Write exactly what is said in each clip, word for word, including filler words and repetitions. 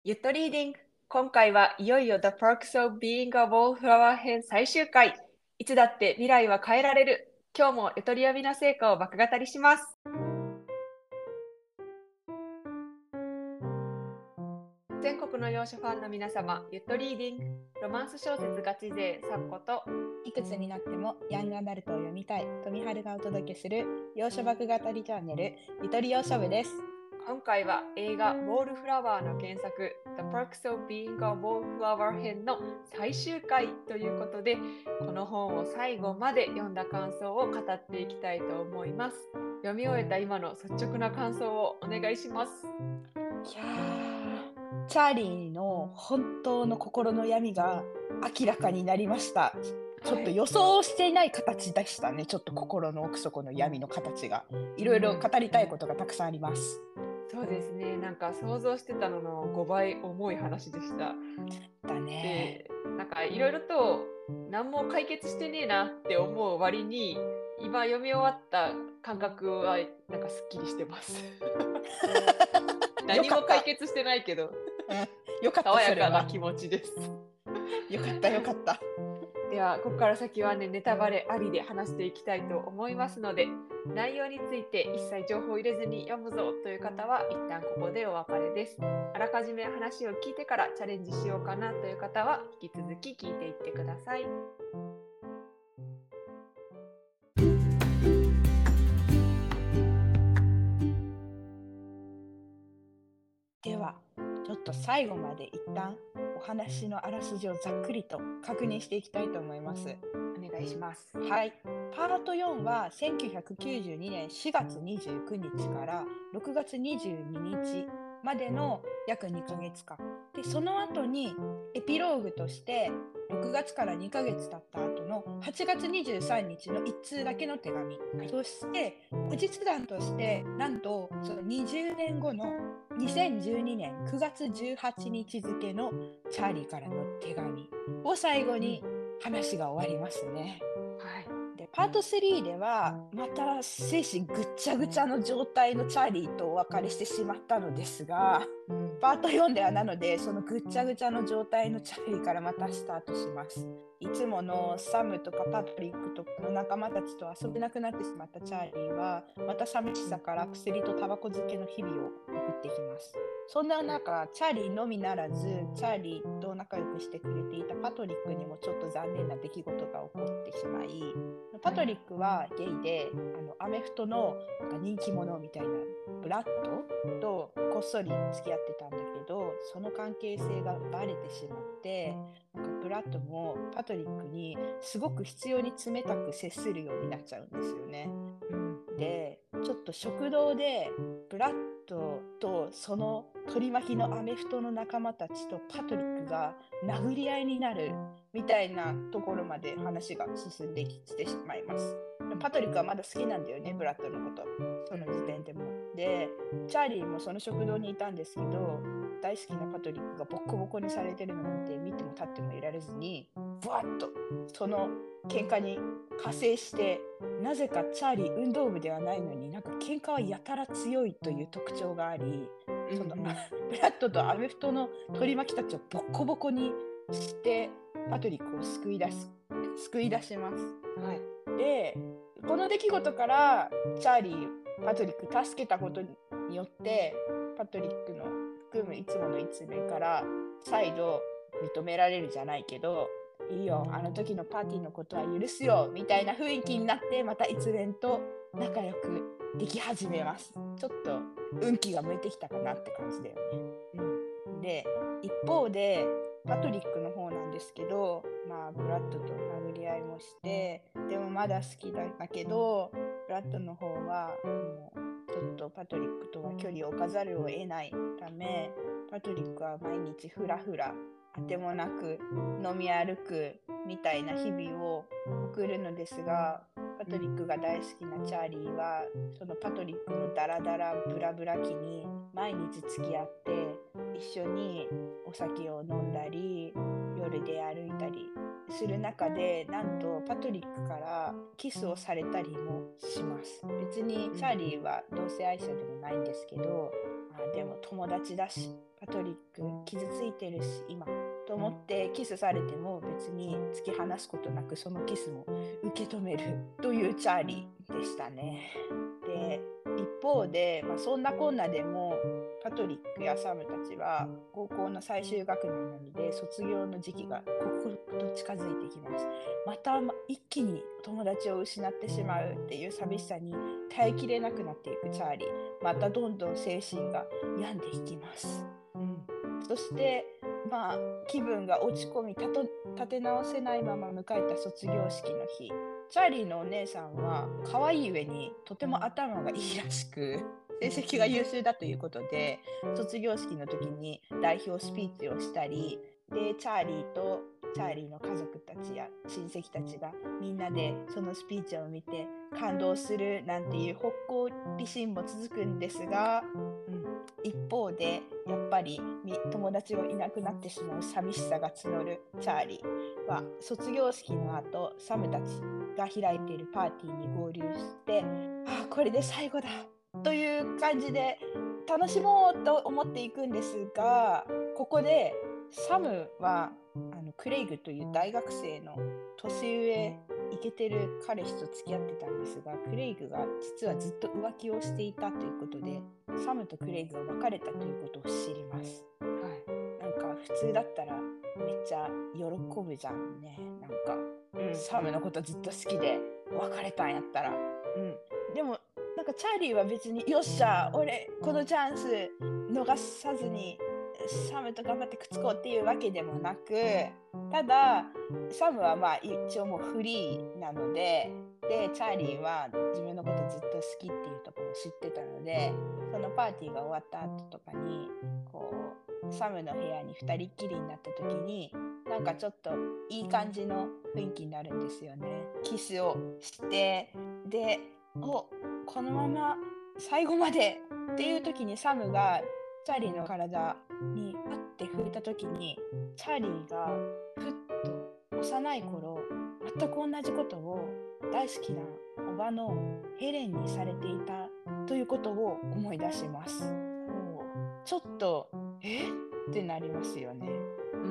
ゆっとリーディング。今回はいよいよ The Perks of Being a Wallflower 編最終回。いつだって未来は変えられる。今日もゆとり読みの成果を爆語りします。全国の洋書ファンの皆様、ゆっとリーディング。ロマンス小説ガチ勢サッコといくつになってもヤングアダルトを読みたい富春がお届けする洋書爆語りチャンネルゆとり洋書部です。 今回は映画ウォールフラワーの原作 The Perks of Being a Wallflower 編の最終回ということで、この本を最後まで読んだ感想を語っていきたいと思います。読み終えた今の率直な感想をお願いします。 いやー、チャーリーの本当の心の闇が明らかになりました。ちょっと予想していない形でしたね。ちょっと心の奥底の闇の形がいろいろ語りたいことがたくさんあります。 そうですね、なんか想像してたののごばい重い話でした。 だね。 で、なんかいろいろと何も解決してねえなって思う割に、今読み終わった感覚はなんかすっきりしてます。何も解決してないけど、 うん、よかった。 爽やそれはかな気持ちです。 よかったよかった。 では、ここから先はね、ネタバレありで話していきたいと思いますので、内容について一切情報を入れずに読むぞという方は、一旦ここでお別れです。あらかじめ話を聞いてからチャレンジしようかなという方は、引き続き聞いていってください。 ではちょっと最後まで一旦お話のあらすじをざっくりと確認していきたいと思います。 お願いします。 はい。パートよんはせんきゅうひゃくきゅうじゅうにねんしがつにじゅうくにちからろくがつにじゅうににちまでの約にかげつかん。で、その後にエピローグとしてろくがつからにかげつ経った後のはちがつにじゅうさんにちのいっつうだけの手紙。 はい、 そして後日談としてなんとそのにじゅうねんごのにせんじゅうにねんくがつじゅうはちにち付のチャーリーからの手紙を最後に話が終わりますね。 はい。 でパートスリーではまた精神ぐっちゃぐちゃの状態のチャーリーとお別れしてしまったのですが、パートよんではなのでそのぐっちゃぐちゃの状態のチャーリーからまたスタートします。いつものサムとかパトリックとかの仲間たちと遊べなくなってしまったチャーリーはまた寂しさから薬とタバコ漬けの日々を送ってきます。そんな中、チャーリーのみならずチャーリーと仲良くしてくれていたパトリックにもちょっと残念な出来事が起こってしまい、パトリックはゲイであのアメフトのなんか人気者みたいなブラッドとこっそり付き合ってたんだけど、その関係性がバレてしまってなんかブラッドもパトリックにすごく必要に冷たく接するようになっちゃうんですよね。でちょっと食堂でブラッドとその取り巻きのアメフトの仲間たちとパトリックが殴り合いになるみたいなところまで話が進んできてしまいます。パトリックはまだ好きなんだよね、ブラッドのこと、その時点でも。でチャーリーもその食堂にいたんですけど、大好きなパトリックがボッコボコにされてるのを見て見ても立ってもいられずにブワッとその喧嘩に加勢して、なぜかチャーリー運動部ではないのになんか喧嘩はやたら強いという特徴があり、そのブラッドとアメフトの取り巻きたちをボッコボコにしてパトリックを救い出す救い出します。 はい。 でこの出来事からチャーリーパトリック助けたことによってパトリックの含むいつもの一面から再度認められるじゃないけど、いいよあの時のパーティーのことは許すよみたいな雰囲気になって、また一面と仲良くでき始めます。ちょっと運気が向いてきたかなって感じだよね。うん、で一方でパトリックの方なんですけど、まあブラッドと殴り合いもしてでもまだ好きだけど、ブラッドの方はもうちょっとパトリックとは距離を置かざるを得ないため、パトリックは毎日フラフラあてもなく飲み歩くみたいな日々を送るのですが、パトリックが大好きなチャーリーはそのパトリックのダラダラブラブラ期に毎日付き合って一緒にお酒を飲んだり夜で歩いたりする中で、なんとパトリックからキスをされたりもします。別にチャーリーは同性愛者でもないんですけど、 あでも友達だしパトリック傷ついてるし今と思ってキスされても別に突き放すことなくそのキスも受け止めるというチャーリーでしたね。で一方で、まあ、そんなこんなでもパトリックやサムたちは高校の最終学年なので卒業の時期が刻々と近づいてきます。また一気に友達を失ってしまうっていう寂しさに耐えきれなくなっていくチャーリー。またどんどん精神が病んでいきます、うん、そしてまあ気分が落ち込みたと立て直せないまま迎えた卒業式の日、チャーリーのお姉さんは可愛い上にとても頭がいいらしく成績が優秀だということで卒業式の時に代表スピーチをしたりでチャーリーとチャーリーの家族たちや親戚たちがみんなでそのスピーチを見て感動するなんていうほっこりシーンも続くんですが、うん、一方でやっぱり友達がいなくなってしまう寂しさが募るチャーリーは卒業式の後サムたちが開いているパーティーに合流してあこれで最後だという感じで楽しもうと思っていくんですが、ここでサムはあのクレイグという大学生の年上イケてる彼氏と付き合ってたんですが、クレイグが実はずっと浮気をしていたということでサムとクレイグが別れたということを知ります、はい、なんか普通だったらめっちゃ喜ぶじゃんね。なんか、うん、サムのことずっと好きで別れたんやったら、うん、でもなんかチャーリーは別によっしゃ俺このチャンス逃さずにサムと頑張ってくっつこうっていうわけでもなく、ただサムはまあ一応もうフリーなので、でチャーリーは自分のことずっと好きっていうところを知ってたので、そのパーティーが終わった後とかにこうサムの部屋にふたりっきりになった時になんかちょっといい感じの雰囲気になるんですよね。キスをしてでおこのまま最後までっていう時にサムがチャーリーの体にパッて触れた時にチャーリーがふっと幼い頃全く同じことを大好きなおばのヘレンにされていたということを思い出します。ちょっとえってなりますよね。うん、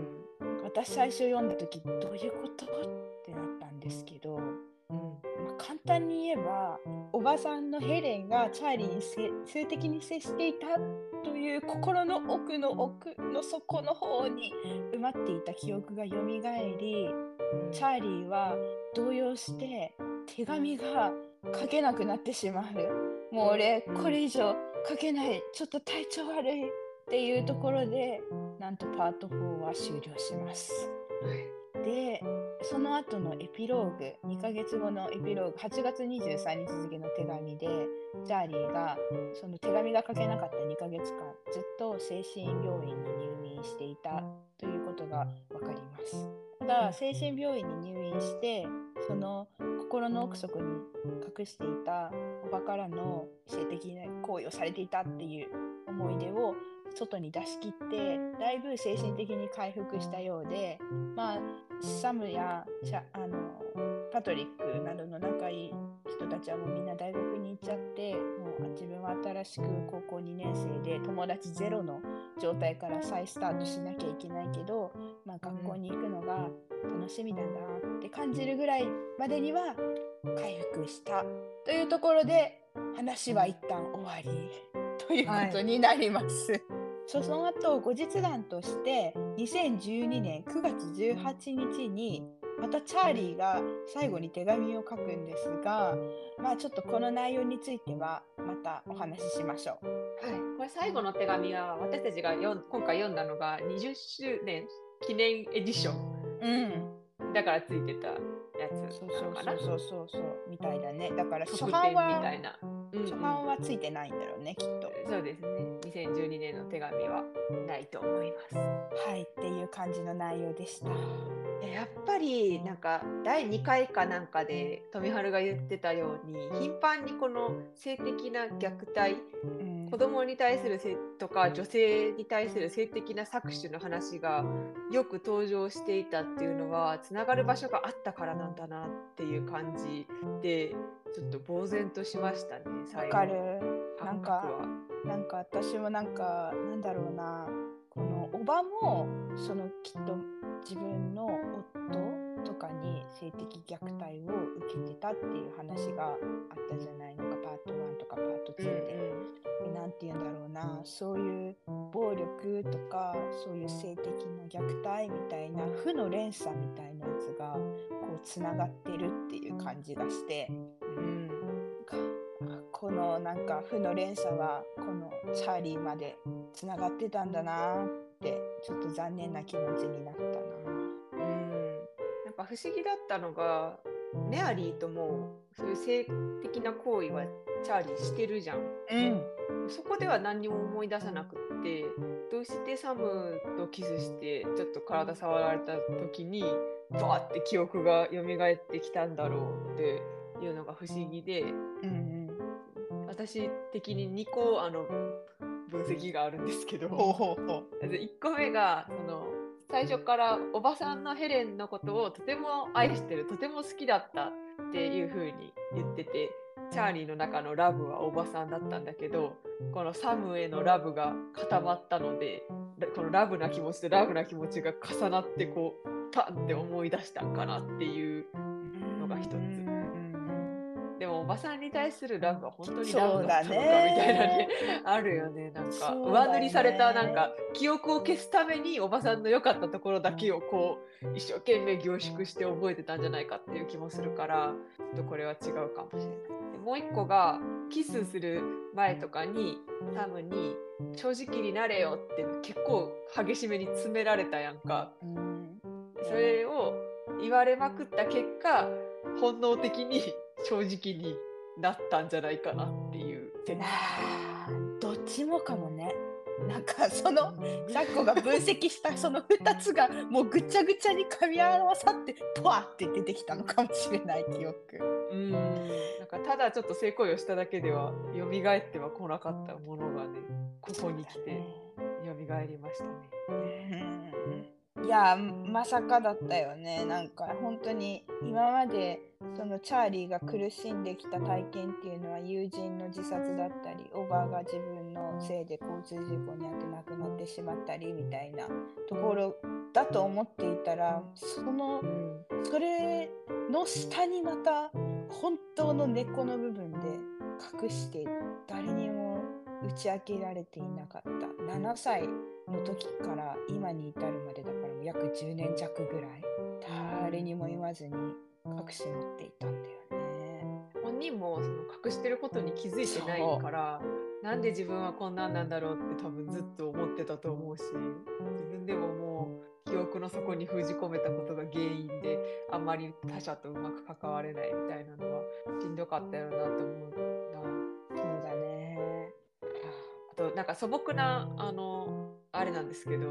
私最初読んだ時どういうことってなったんですけど、うんまあ、簡単に言えばおばさんのヘレンがチャーリーに性的に接していたという心の奥の奥の底の方に埋まっていた記憶がよみがえり、チャーリーは動揺して手紙が書けなくなってしまう。もう俺これ以上書けない、ちょっと体調悪いっていうところでなんとパートフォーは終了します。でその後のエピローグにかげつごのエピローグはちがつにじゅうさんにち付の手紙でチャーリーがその手紙が書けなかったにかげつかんずっと精神病院に入院していたということが分かります。ただ精神病院に入院してその心の奥底に隠していたおばからの性的な行為をされていたっていう思い出を外に出し切ってだいぶ精神的に回復したようで、まあサムやあのパトリックなどの仲いい人たちはもうみんな大学に行っちゃってもう自分は新しく高校にねん生で友達ゼロの状態から再スタートしなきゃいけないけど、まあ、学校に行くのが楽しみなんだって感じるぐらいまでには回復したというところで話は一旦終わりということになります、はい、その後後日談としてにせんじゅうにねんくがつじゅうはちにちにまたチャーリーが最後に手紙を書くんですが、まあちょっとこの内容についてはまたお話ししましょう。 はい、これ最後の手紙は私たちが読ん今回読んだのがにじゅっしゅうねん記念エディション、うん、だからついてたやつそうそうそうそうそうそうみたいだね。だから初版はみたいな、 うんうん、初版はついてないんだろうねきっと。 そうですね。にせんじゅうにねんの手紙はないと思います。 はいっていう感じの内容でした。 やっぱりなんかだいにかいかなんかで富春が言ってたように頻繁にこの性的な虐待、うん、子供に対する性とか女性に対する性的な搾取の話がよく登場していたっていうのはつながる場所があったからなんだなっていう感じでちょっと呆然としましたね。 わかる。 なんかなんか私もなんかなんだろうな、このおばもそのきっと自分の夫とかに性的虐待を受けてたっていう話があったじゃないのか、パートワンとかパートツーで。うんうん、でなんて言うんだろうな、そういう暴力とかそういう性的な虐待みたいな負の連鎖みたいなやつがこうつながってるっていう感じがして、うん、このなんか負の連鎖はこのチャーリーまでつながってたんだなってちょっと残念な気持ちになったな。 うん、なんか不思議だったのが、メアリーともそういう性的な行為はチャーリーしてるじゃん。うん、そこでは何にも思い出さなくって、どうしてサムとキスしてちょっと体触られた時にバーって記憶が蘇ってきたんだろうっていうのが不思議で、うんうん、私的ににこあの分析があるんですけど、ほうほうほう、いっこめがその最初からおばさんのヘレンのことをとても愛してる、とても好きだったっていう風に言ってて、チャーリーの中のラブはおばさんだったんだけど、このサムへのラブが固まったので、このラブな気持ちとラブな気持ちが重なってこうパンって思い出したんかなっていうのが一つ。でもおばさんに対するラブは本当にラブだったのかみたいなね、あるよね。なんか上塗りされたなんか記憶を消すためにおばさんの良かったところだけをこう一生懸命凝縮して覚えてたんじゃないかっていう気もするから、ちょっとこれは違うかもしれない。でもう一個がキスする前とかにサムに正直になれよって結構激しめに詰められたやんか。それを言われまくった結果、本能的に正直になったんじゃないかなっていう説。 あー、どっちもかもね。なんかそのサッコが分析したそのふたつがもうぐちゃぐちゃに噛み合わさってポワって出てきたのかもしれない記憶。 うん、なんかただちょっと性行為をしただけでは蘇っては来なかったものがね、ここに来て蘇りましたね。 いやまさかだったよね。なんか本当に今までそのチャーリーが苦しんできた体験っていうのは友人の自殺だったり、おばが自分のせいで交通事故に遭って亡くなってしまったりみたいなところだと思っていたら、そのそれの下にまた本当の根っこの部分で隠して誰にも打ち明けられていなかったななさいの時から今に至るまでだから、約じゅうねん弱ぐらい誰にも言わずに隠し持っていたんだよね。 本人もその隠してることに気づいてないから、なんで自分はこんなんなんだろうって多分ずっと思ってたと思うし、自分でももう記憶の底に封じ込めたことが原因であんまり他者とうまく関われないみたいなのはしんどかったよなと思うな。 そうだね。 あとなんか素朴なあのあれなんですけど、うん、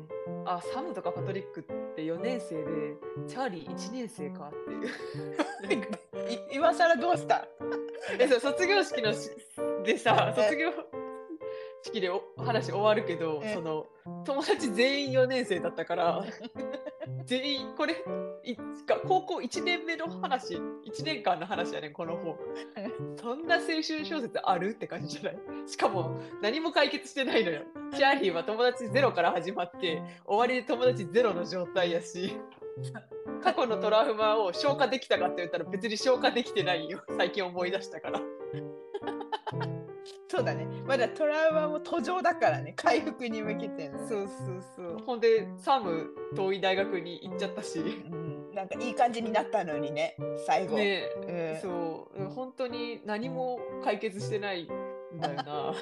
あ、サムとかパトリックってよねん生でチャーリーいちねん生かっていう今更どうしたえそう卒業式のでさ、卒業式でお話終わるけど、その友達全員よねん生だったから全員これい高校いちねんめの話、いちねんかんの話やねんこの本そんな青春小説あるって感じじゃない。しかも何も解決してないのよ。チャーリーは友達ゼロから始まって終わりで友達ゼロの状態やし、過去のトラウマを消化できたかって言ったら別に消化できてないよ、最近思い出したからそうだね、まだトラウマも途上だからね、回復に向けて、ね、 そうそうそう。ほんでサム遠い大学に行っちゃったし、うん、なんかいい感じになったのにね、最後ね、うん、そう本当に何も解決してないんだよな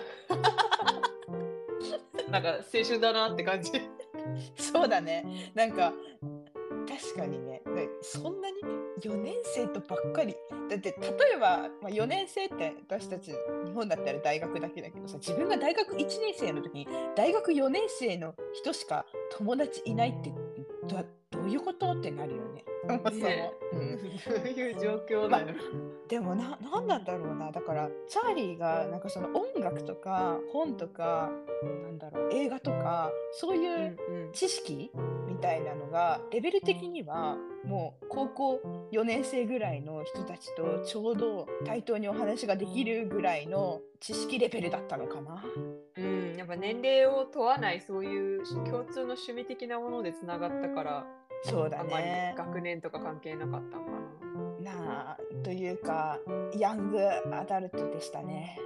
なんか青春だなって感じそうだね、なんか確かにね、そんなによねん生とばっかりだって、例えば、まあ、よねん生って私たち日本だったら大学だけだけどさ、自分が大学いちねん生の時に大学よねん生の人しか友達いないってど, どういうことってなるよね。 ね、うん、そういう状況だよ、まあ、 でも な, なんなんだろうな、だからチャーリーがなんかその音楽とか本とかなんだろう映画とかそういう知識みたいなのがレベル的にはもう高校よねん生ぐらいの人たちとちょうど対等にお話ができるぐらいの知識レベルだったのかな。 うん、やっぱ年齢を問わないそういう共通の趣味的なものでつながったから、 そうだあんまりね。 学年とか関係なかったのかな。 なあというかヤングアダルトでしたね。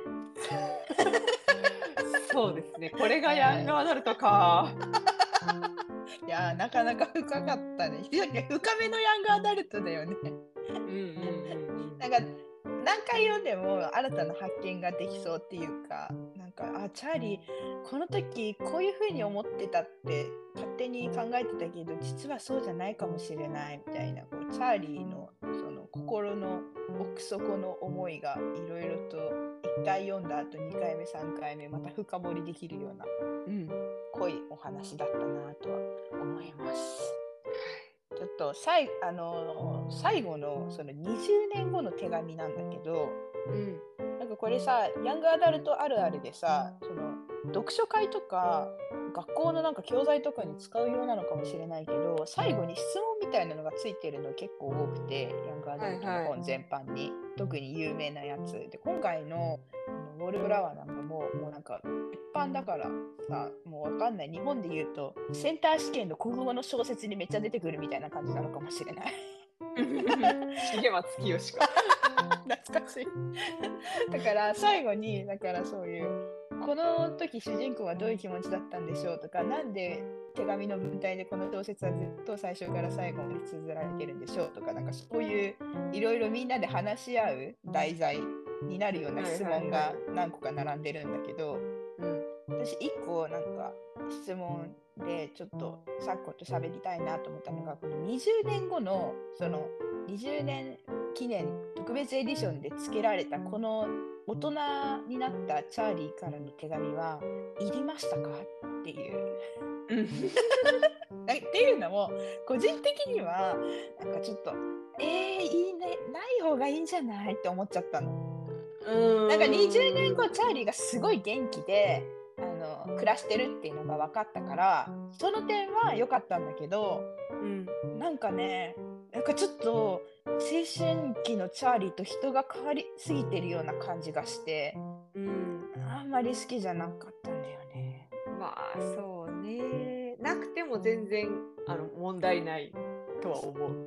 そうですね。これがヤングアダルトか。 いやなかなか深かったね。深めのヤングアダルトだよね。 うんうんうんうん。 なんか何回読んでも新たな発見ができそうっていうか、なんかあチャーリーこの時こういう風に思ってたって勝手に考えてたけど実はそうじゃないかもしれないみたいな、こうチャーリーのその心の奥底の思いがいろいろといっかい読んだ後にかいめさんかいめまた深掘りできるような、うん、濃いお話だったなとは思います。ちょっとさい、あのー最後のそのにじゅうねんごの手紙なんだけど、 うん、 なんかこれさヤングアダルトあるあるでさ、その読書会とか学校のなんか教材とかに使うようなのかもしれないけど、最後に質問みたいなのがついてるの結構多くて、ヤングアダルトの本全般に、はいはい、特に有名なやつで、今回のあのウォールフラワーなんかももうなんか一般だからさ、もうわかんない、日本で言うとセンター試験の国語の小説にめっちゃ出てくるみたいな感じなのかもしれない。 重松清か懐かしいだから最後にだからそういうこの時主人公はどういう気持ちだったんでしょうとか、なんで手紙の文体でこの小説はずっと最初から最後まで綴られてるんでしょうとか、なんかそういういろいろみんなで話し合う題材になるような質問が何個か並んでるんだけど、私いっこなんか質問でちょっとさっこと喋りたいなと思ったのが、このにじゅうねんごのそのにじゅうねん記念特別エディションで付けられたこの大人になったチャーリーからの手紙はいりましたかっていうっていうのも個人的にはなんかちょっとえーいいね、ない方がいいんじゃないって思っちゃったの。うん、なんかにじゅうねんごチャーリーがすごい元気であの暮らしてるっていうのが分かったからその点は良かったんだけど、うん、なんかねなんかちょっと青春期のチャーリーと人が変わりすぎてるような感じがして、うん、あんまり好きじゃなかったんだよね。 まあそうね、なくても全然あの問題ないとは思う。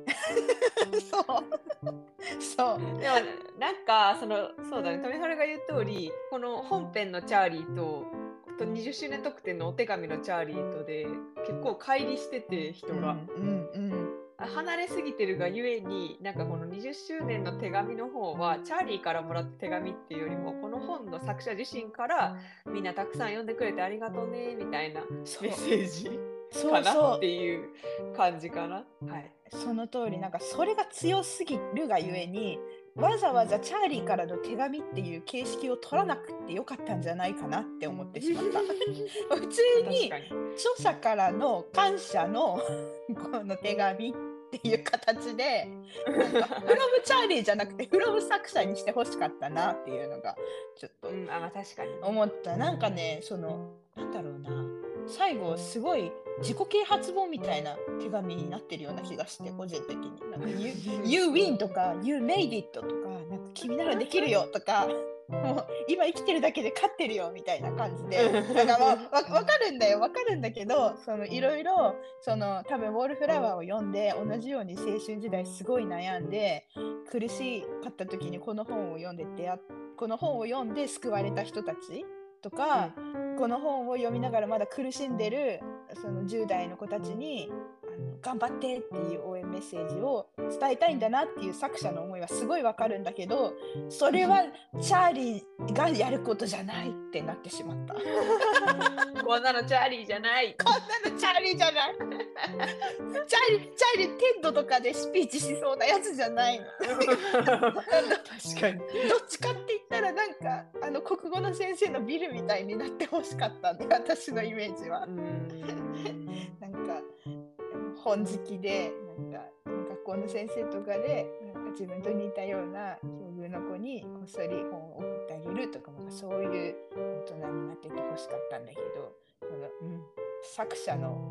そうそうでもなんかそのそうだね、富原が言う通りこの本編のチャーリーととにじゅっしゅうねん特典のお手紙のチャーリーとで結構乖離してて人が、うんうんうん、離れすぎてるがゆえになんかこのにじゅっしゅうねんの手紙の方はチャーリーからもらった手紙っていうよりもこの本の作者自身からみんなたくさん読んでくれてありがとうねみたいなメッセージかなっていう感じかな。はい、 その通り、なんかそれが強すぎるがゆえにわざわざチャーリーからの手紙っていう形式を取らなくてよかったんじゃないかなって思ってしまった普通に著者からの感謝のこの手紙っていう形でなんかフロムチャーリーじゃなくてフロム作者にしてほしかったなっていうのがちょっと思った。なんかねそのなんだろうな、最後すごい自己啓発本みたいな手紙になってるような気がして、個人的になんか you, you win とか You made it とか、なんか君ならできるよとかもう今生きてるだけで勝ってるよみたいな感じでなんかもうわ分かるんだよ分かるんだけど、そのいろいろその多分ウォールフラワーを読んで同じように青春時代すごい悩んで苦しかった時にこの本を読んで出会っこの本を読んで救われた人たちとか、うん、この本を読みながらまだ苦しんでるそのじゅう代の子たちにあの頑張ってっていう応援メッセージを伝えたいんだなっていう作者の思いはすごいわかるんだけど、それはチャーリーがやることじゃないってなってしまったこんなのチャーリーじゃないこんなのチャーリーじゃないチャーリーチャーリーテッドとかでスピーチしそうなやつじゃない確かにどっちかって言ったらなんかあの国語の先生のビルみたいになってほしかったんで、私のイメージはなんか本好きでなんか学校の先生とかでなんか自分と似たような境遇の子にこっそり本を送ってあげるとか、なんかそういう大人になっててほしかったんだけど、その、うん、作者の、あの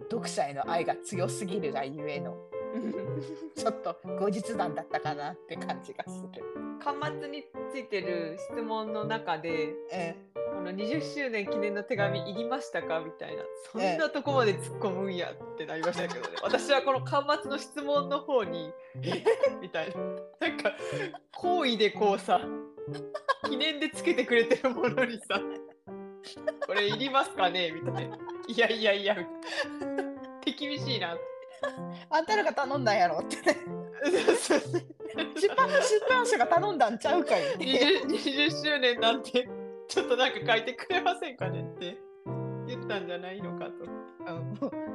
読者への愛が強すぎるがゆえのちょっと後日談だったかなって感じがする。 巻末についてる質問の中で、 えこのにじゅっしゅうねん記念の手紙いりましたかみたいな、そんなとこまで突っ込むんやってなりましたけどね。私はこの巻末の質問の方にえみたいな、なんか好意でこうさ、記念でつけてくれてるものにさ、これいりますかねみたいな。いやいやいや、手厳しいな。 あんたらが頼んだんやろってね。出版出版社が頼んだんちゃうかいって。 にじゅっしゅうねんなんてちょっとなんか書いてくれませんかねって言ったんじゃないのかと。 うん、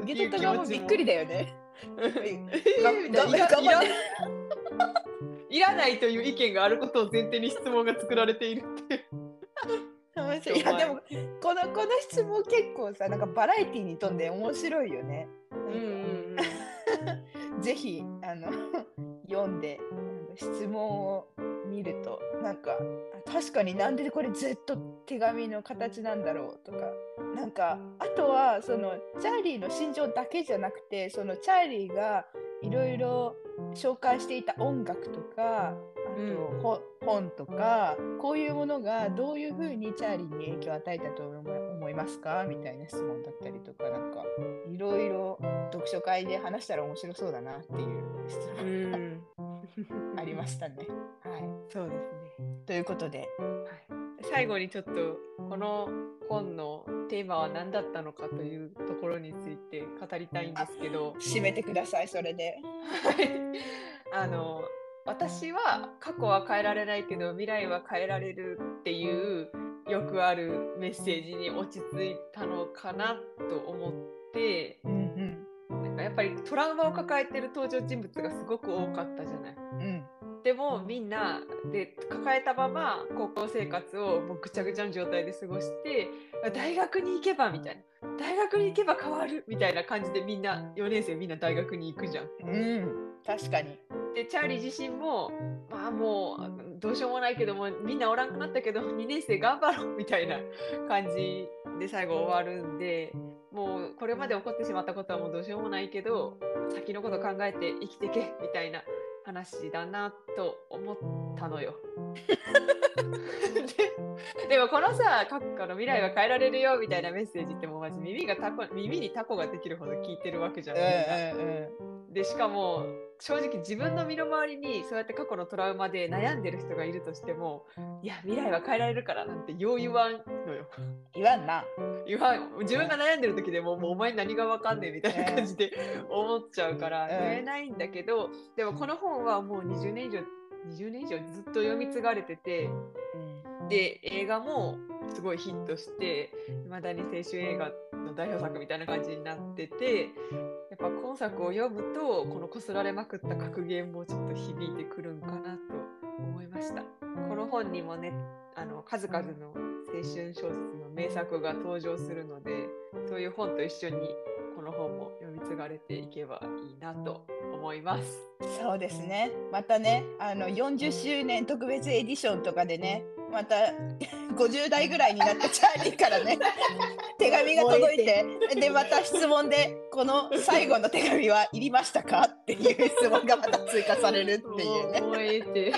受け取った側もびっくりだよね。 いらないという意見があることを前提に質問が作られているっていう。 いやでもこのこの質問結構さ、なんかバラエティに富んで面白いよね。うんうんうん、ぜひあの読んで質問を見ると、なんか確かになんでこれずっと手紙の形なんだろうとか、なんかあとはそのチャーリーの心情だけじゃなくて、そのチャーリーがいろいろ紹介していた音楽とか、あと、うん、本とか、こういうものがどういうふうにチャーリーに影響を与えたと思いますかみたいな質問だったりとか、なんかいろいろ読書会で話したら面白そうだなっていう質問がありましたね。はい、 そうですね。 ということで、 はい、最後にちょっとこの本のテーマは何だったのかというところについて語りたいんですけど、 締めてください。それであの私は過去は変えられないけど未来は変えられるっていうよくあるメッセージに落ち着いたのかなと思って、うんうん、なんかやっぱりトラウマを抱えてる登場人物がすごく多かったじゃない。うん、でもみんなで抱えたまま高校生活をもうぐちゃぐちゃの状態で過ごして、大学に行けばみたいな、大学に行けば変わるみたいな感じでみんなよねん生みんな大学に行くじゃん。 うん、確かに。 でチャーリー自身もまあもうどうしようもないけどもみんなおらんくなったけどにねん生頑張ろうみたいな感じで最後終わるんで、もうこれまで起こってしまったことはもうどうしようもないけど先のこと考えて生きてけみたいな話だなと思ったのよ。で, でもこのさ、過去の未来は変えられるよみたいなメッセージってもうマジ耳がタコ耳にタコができるほど聞いてるわけじゃないですか。うんうん、でしかも正直自分の身の回りにそうやって過去のトラウマで悩んでる人がいるとしても、いや未来は変えられるからなんてよう言わんのよ。 言わんな。 言わん。自分が悩んでる時でももうお前何が分かんねえみたいな感じで思っちゃうから言えないんだけど、でもこの本はもうにじゅうねん以上にじゅうねん以上ずっと読み継がれてて、で映画もすごいヒットして未だに青春映画の代表作みたいな感じになってて、やっぱ今作を読むとこのこすられまくった格言もちょっと響いてくるんかなと思いました。この本にもね、あの数々の青春小説の名作が登場するので、そういう本と一緒にこの本も読み継がれていけばいいなと思います。 そうですね。またね、あのよんじゅっしゅうねん特別エディションとかでね、またごじゅう代ぐらいになったチャーリーからね手紙が届いて、でまた質問でこの最後の手紙はいりましたかっていう質問がまた追加されるっていうね。 もうええって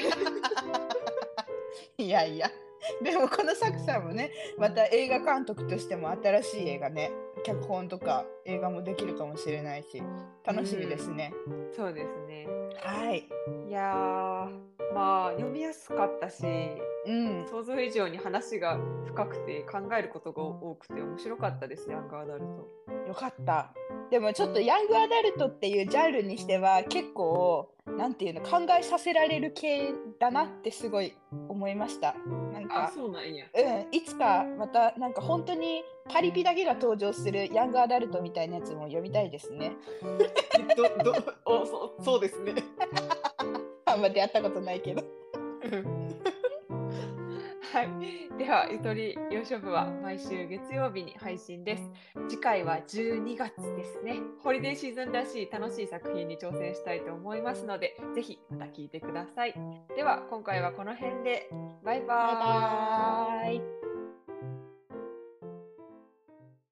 いやいや、でもこの作者もね、また映画監督としても新しい映画ね、脚本とか映画もできるかもしれないし、楽しみですね。 うん、そうですね。 はい。 いやー、まあ読みやすかったし、うん、想像以上に話が深くて考えることが多くて面白かったです、ヤングアダルト。 よかった。でもちょっとヤングアダルトっていうジャンルにしては結構なんていうの、考えさせられる系だなってすごい思いました。なんか、 あ、そうなんや。 うん、いつかまたなんか本当にパリピだけが登場するヤングアダルトみたいなやつも読みたいですね。 どどおそそうですね。 あんま出会ったことないけど。 はい、ではゆとり洋書部は毎週月曜日に配信です。次回はじゅうにがつですね。ホリデーシーズンらしい楽しい作品に挑戦したいと思いますので、ぜひまた聞いてください。では今回はこの辺でバイバーイ。 バイバーイ。